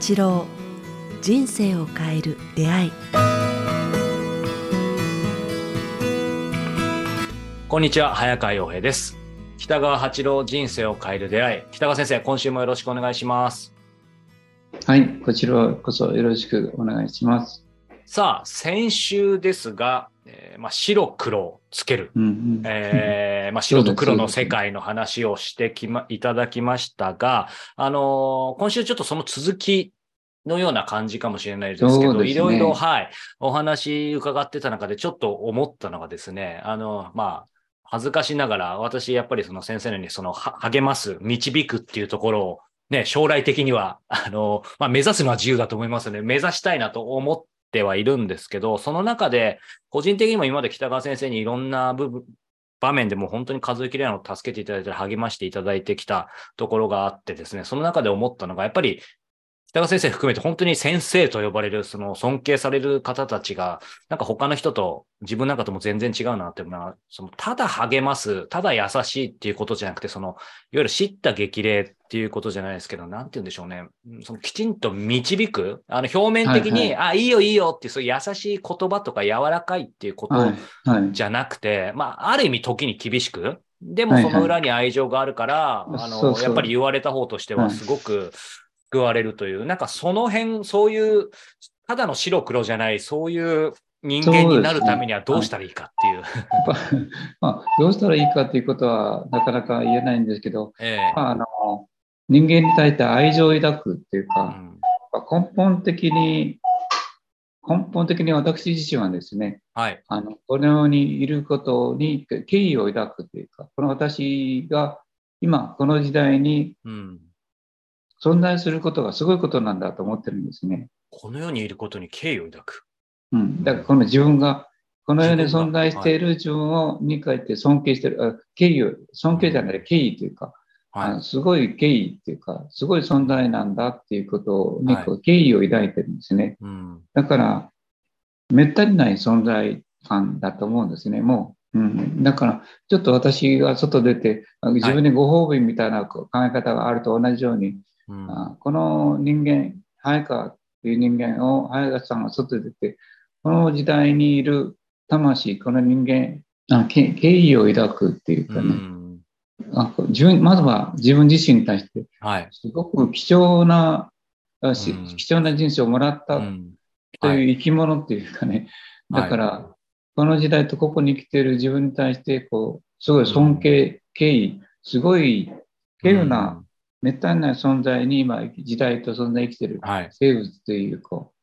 八郎、人生を変える出会い。 こんにちは、早川洋平です。北川八郎、人生を変える出会い。北川先生、今週もよろしくお願いします。 はい、こちらこそよろしくお願いします。 さあ、先週ですが、白黒つける、白と黒の世界の話をしていただきましたが、今週ちょっとその続きのような感じかもしれないですけど、いろいろ、お話伺ってた中でちょっと思ったのがですね、恥ずかしながら、私やっぱりその先生のように励ます、導くっていうところをね、将来的には、目指すのは自由だと思いますので、目指したいなと思ってはいるんですけど、その中で、個人的にも今まで北川先生にいろんな場面でも本当に数えきれないのを助けていただいて励ましていただいてきたところがあってですね、その中で思ったのが、やっぱり北川先生含めて本当に先生と呼ばれる、その尊敬される方たちが、なんか他の人と、自分なんかとも全然違うなっていうのは、ただ励ます、ただ優しいっていうことじゃなくて、いわゆる叱咤激励っていうことじゃないですけど、なんて言うんでしょうね。きちんと導く、表面的に、いいよいいよっていう、そういう優しい言葉とか柔らかいっていうことじゃなくて、ある意味時に厳しく、でもその裏に愛情があるから、やっぱり言われた方としてはすごく、救われるという、なんかその辺、そういう、ただの白黒じゃない、そういう人間になるためにはどうしたらいいかっていう。 どうしたらいいかということはなかなか言えないんですけど、人間に対して愛情を抱くっていうか、根本的に私自身はですね、この世にいることに敬意を抱くというか、この私が今この時代に、存在することがすごいことなんだと思ってるんですね。 この世にいることに敬意を抱く。 だからこの自分が、この世に存在している自分をに書いて尊敬してる、尊敬じゃない敬意というか、すごい敬意っていうか、すごい存在なんだっていうことに敬意を抱いてるんですね。だから、めったにない存在感だと思うんですね、もう。だから、ちょっと私が外出て、自分にご褒美みたいな考え方があると同じように、この人間、早川という人間を早川さんが外に出て、この時代にいる魂、この人間、敬意を抱くっていうかね、まずは自分自身に対して、すごく貴重な人生をもらったという生き物っていうかね、だから、この時代とここに生きている自分に対して、すごい尊敬、敬意、すごい稀有な、めったにない存在に今、時代と存在生きている生物という、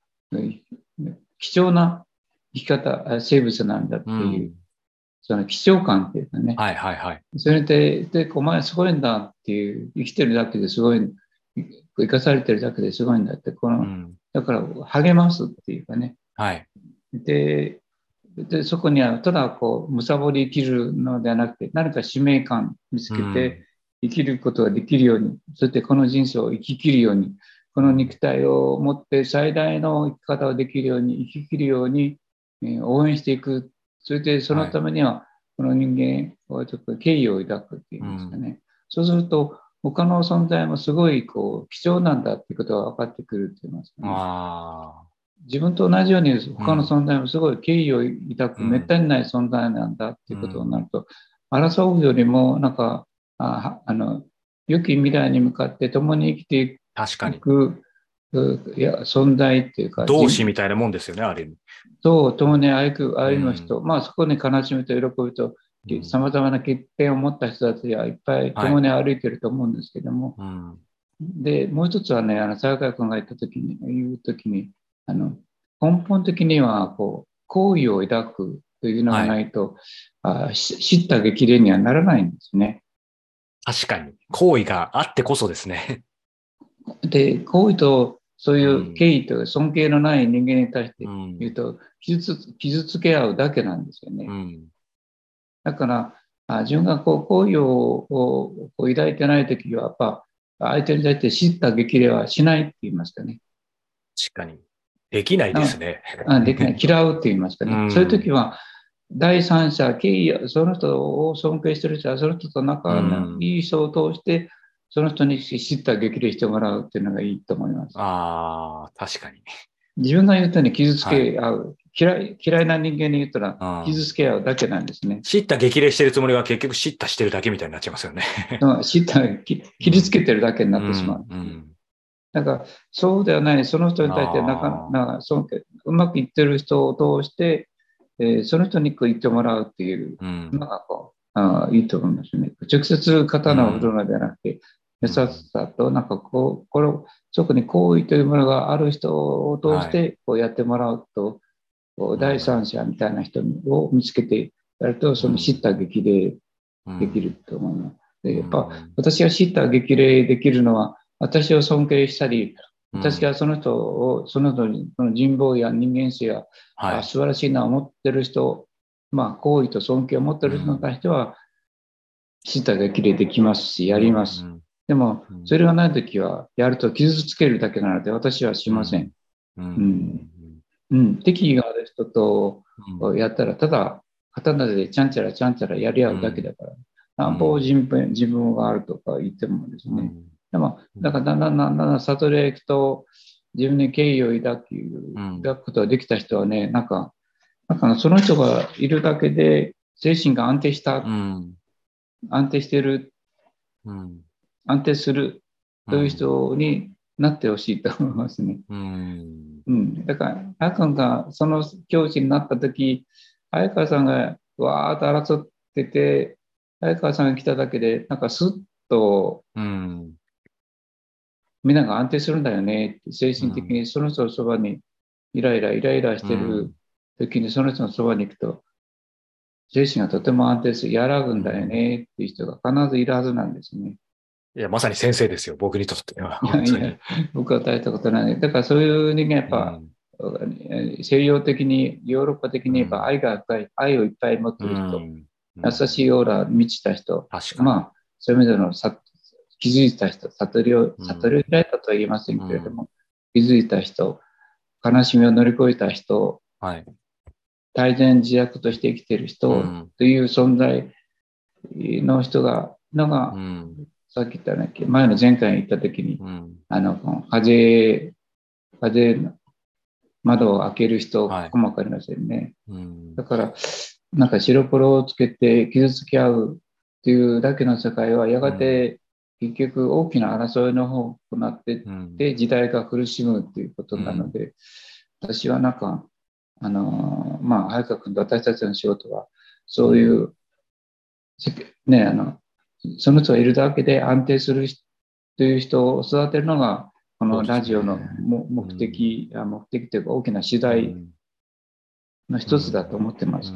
貴重な生き方、生物なんだっていう、その貴重感っていうかね。それで、お前すごいんだっていう、生きてるだけですごい、生かされてるだけですごいんだって、だから励ますっていうかね。で、そこにはただむさぼり生きるのではなくて、何か使命感見つけて生きることができるように、そしてこの人生を生き切るように、この肉体を持って最大の生き方をできるように、生き切るように応援していく。それでそのためには、この人間をちょっと敬意を抱くっていうんですかね。そうすると、他の存在もすごい貴重なんだっていうことが分かってくるって言いますかね。自分と同じように他の存在もすごい敬意を抱く、めったにない存在なんだっていうことになると、争うよりもなんか良き未来に向かって共に生きていく存在っていうか、 同志みたいなもんですよね、ある意味。 そう、共に歩む人、そこに悲しみと喜びとさまざまな欠点を持った人たちがいっぱい共に歩いてると思うんですけども、でもう一つはね、早川君が言う時に根本的には好意を抱くというのがないと、叱咤激励にはならないんですね。 確かに好意があってこそですね。 で、好意とそういう敬意と尊敬のない人間に対して言うと、傷つけ合うだけなんですよね。だから自分が好意を抱いてないときは、やっぱ相手に対して叱咤激励はしないって言いますかね。 確かに。できないですね。 できない。嫌うって言いますかね。そういうときは、第三者、その人を尊敬してる人は、その人と仲のいい人を通して、 その人に知った激励してもらうっていうのがいいと思います。 ああ、確かに。 自分が言うとに傷つけ合う、嫌いな人間に言ったら傷つけ合うだけなんですね。 知った激励してるつもりが結局知ったしてるだけみたいになっちゃいますよね。 知った傷つけてるだけになってしまう。だからそうではない、その人に対してうまくいってる人を通して、その人に言ってもらうっていうのがいいと思いますね。直接刀を振るのではなくて、優しさと、特に好意というものがある人を通してやってもらうと、第三者みたいな人を見つけてやると、その知った激励できると思います。でやっぱ私が知った激励できるのは、私を尊敬したり、私がその人の人望や人間性や、素晴らしいなと思ってる人、好意と尊敬を持ってる人に対しては、知った激励できますし、やります。でも、それがないときは、やると傷つけるだけなので、私はしません。敵意がある人とやったら、ただ、刀でちゃんちゃらやり合うだけだから、なんぼ自分があるとか言ってもですね。でも、だからだんだん悟りへ行くと、自分に敬意を抱くことができた人はね、なんかその人がいるだけで、精神が安定した、安定してる、安定するという人になってほしいと思いますね。だから、早川がその教師になったとき、早川さんがわーっと争ってて、早川さんが来ただけで、なんかスッと、みんなが安定するんだよねって、精神的にその人のそばにイライラしてる時にその人のそばに行くと、精神がとても安定する、和らぐんだよねっていう人が必ずいるはずなんですね。 いや、まさに先生ですよ、僕にとっては。 僕は大したことない。だからそういう人間やっぱ、西洋的に、ヨーロッパ的に言えば愛が深い、愛をいっぱい持ってる人、優しいオーラ満ちた人、そういう意味での気づいた人、悟りを開いたとは言いませんけれども、気づいた人、悲しみを乗り越えた人、大然自悪として生きている人という存在の人が、さっき言ったね、前回言った時に、窓を開ける人かもわかりませんね。だから、なんか白黒をつけて傷つき合うっていうだけの世界は、やがて結局大きな争いの方となっていって、時代が苦しむっていうことなので、私はなんか、早川君と私たちの仕事は、そういう、その人がいるだけで安定するという人を育てるのが、このラジオの目的というか大きな次第の一つだと思ってます。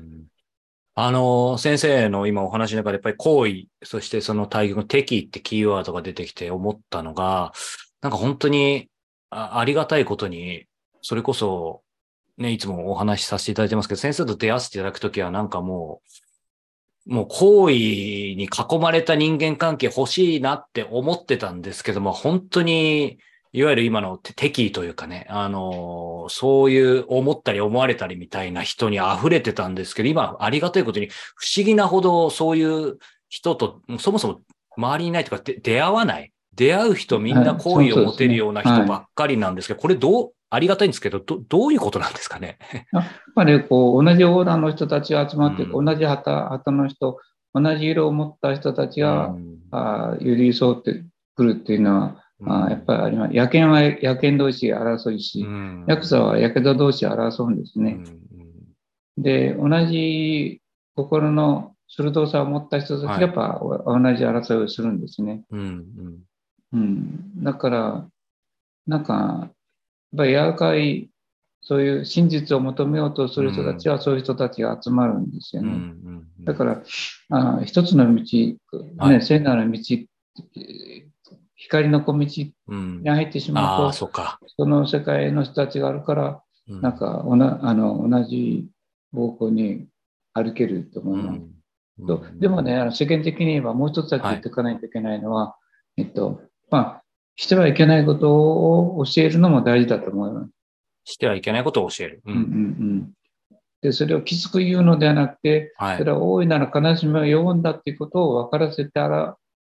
先生の今お話の中でやっぱり好意、そしてその対義の敵意ってキーワードが出てきて思ったのが、なんか本当にありがたいことに、それこそね、いつもお話しさせていただいてますけど、先生と出会わせていただくときはなんかもう好意に囲まれた人間関係欲しいなって思ってたんですけども、本当に、いわゆる今の敵意というかね、そういう思ったり思われたりみたいな人に溢れてたんですけど、今ありがたいことに不思議なほどそういう人とそもそも周りにいないとか出会わない。出会う人みんな好意を持てるような人ばっかりなんですけど、これありがたいんですけど、どういうことなんですかね。 やっぱり同じオーラの人たちが集まって、同じ旗の人、同じ色を持った人たちが、寄り添ってくるっていうのは、やっぱりあります。野犬は野犬同士争いし、ヤクザはヤクザ同士争うんですね。で、同じ心の鋭さを持った人たちがやっぱ同じ争いをするんですね。だから、なんか、やっぱり柔らかい、そういう真実を求めようとする人たちは、そういう人たちが集まるんですよね。だから、一つの道、聖なる道、光の小道に入ってしまうと、その世界の人たちがあるから、なんか同じ方向に歩けると思います。でもね、世間的に言えばもう一つだけ言っておかないといけないのは、してはいけないことを教えるのも大事だと思います。 してはいけないことを教える。 で、それをきつく言うのではなくて、それは大いなる悲しみを呼んだということを分からせてあ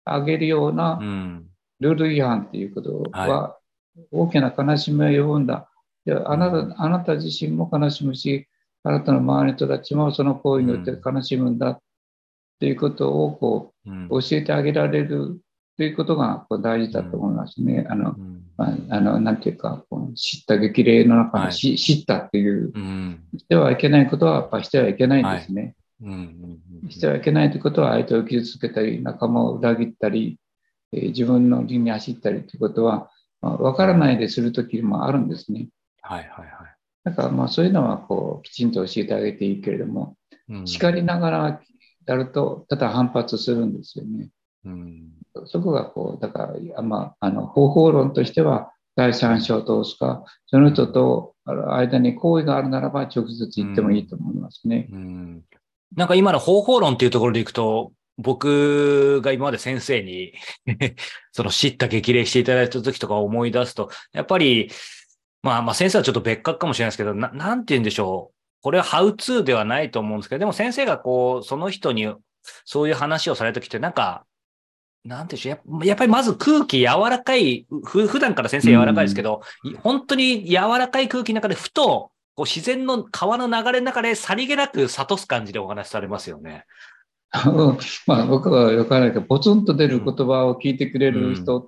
あげるようなルール違反っていうことは大きな悲しみを呼ぶんだ。であなた自身も悲しむし、あなたの周りの人たちもその行為によって悲しむんだっていうことをこう教えてあげられるということが大事だと思いますね。なんていうか、知った激励の中で知ったっていう、してはいけないことはやっぱりしてはいけないんですね。してはいけないということは相手を傷つけたり、仲間を裏切ったり、自分の理に走ったりということは、分からないでするときもあるんですね。だからそういうのはきちんと教えてあげていいけれども、叱りながらやるとただ反発するんですよね。そこがだから方法論としては第三者を通すか、その人と間に好意があるならば直接言ってもいいと思いますね。 なんか今の方法論っていうところでいくと、僕が今まで先生にその叱咤激励していただいた時とか思い出すと、やっぱり先生はちょっと別格かもしれないですけど、なんて言うんでしょう。これはハウツーではないと思うんですけど、でも先生がその人にそういう話をされるときって、なんて言うんでしょう。やっぱりまず空気柔らかい、普段から先生柔らかいですけど、本当に柔らかい空気の中でふと、自然の川の流れの中でさりげなく諭す感じでお話しされますよね。 僕はよくわからないけど、ポツンと出る言葉を聞いてくれる人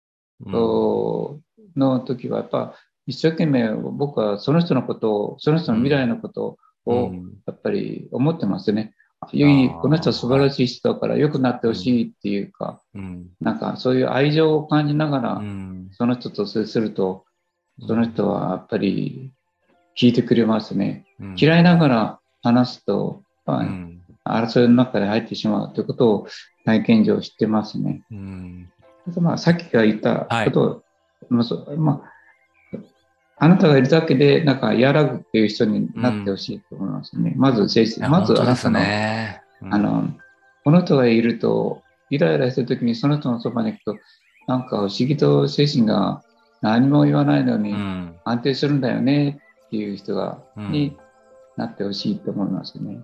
の時は、やっぱ一生懸命僕はその人のことを、その人の未来のことをやっぱり思ってますね。この人は素晴らしい人だから良くなってほしいっていうか、なんかそういう愛情を感じながらその人と接すると、その人はやっぱり聞いてくれますね。嫌いながら話すと、争いの中で入ってしまうということを体験上知ってますね。さっきから言ったことを、あなたがいるだけでなんか和らぐっていう人になってほしいと思いますね。まずあなたの、この人がいるとイライラしてる時にその人のそばに行くと、なんか不思議と精神が何も言わないのに安定するんだよねっていう人になってほしいと思いますね。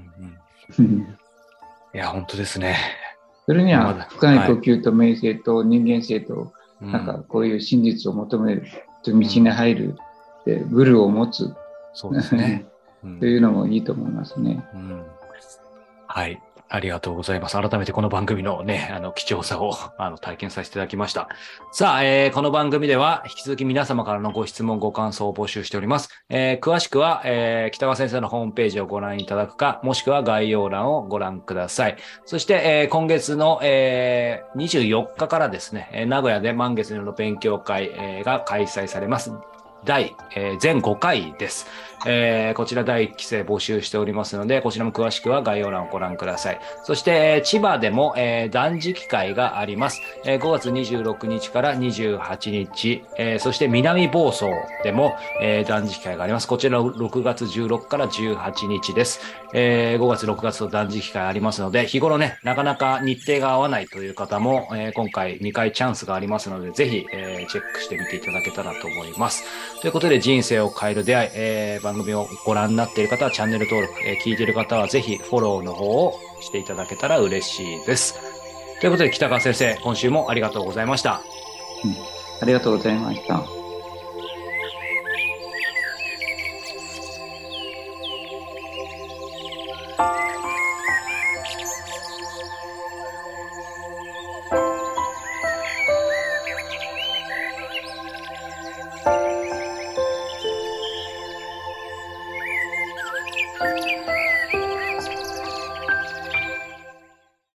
いや、本当ですね。 それには深い呼吸と瞑想と人間性と、なんかこういう真実を求める道に入る、グルを持つ、 そうですね。 というのもいいと思いますね。 はい。ありがとうございます。改めてこの番組のね、貴重さを体験させていただきました。さあ、この番組では引き続き皆様からのご質問、ご感想を募集しております。詳しくは、北川先生のホームページをご覧いただくか、もしくは概要欄をご覧ください。そして、今月の、24日からですね、名古屋で満月の勉強会、が開催されます。全5回です。こちら第1期生募集しておりますので、こちらも詳しくは概要欄をご覧ください。そして、千葉でも、断食会があります。5月26日から28日、そして南房総でも、断食会があります。こちら6月16から18日です。5月6月と断食会ありますので、日頃ね、なかなか日程が合わないという方も、今回2回チャンスがありますので、ぜひ、チェックしてみていただけたらと思います。ということで、人生を変える出会い、番組をご覧になっている方はチャンネル登録、聞いている方はぜひフォローの方をしていただけたら嬉しいです。ということで、北川先生、今週もありがとうございました。 ありがとうございました。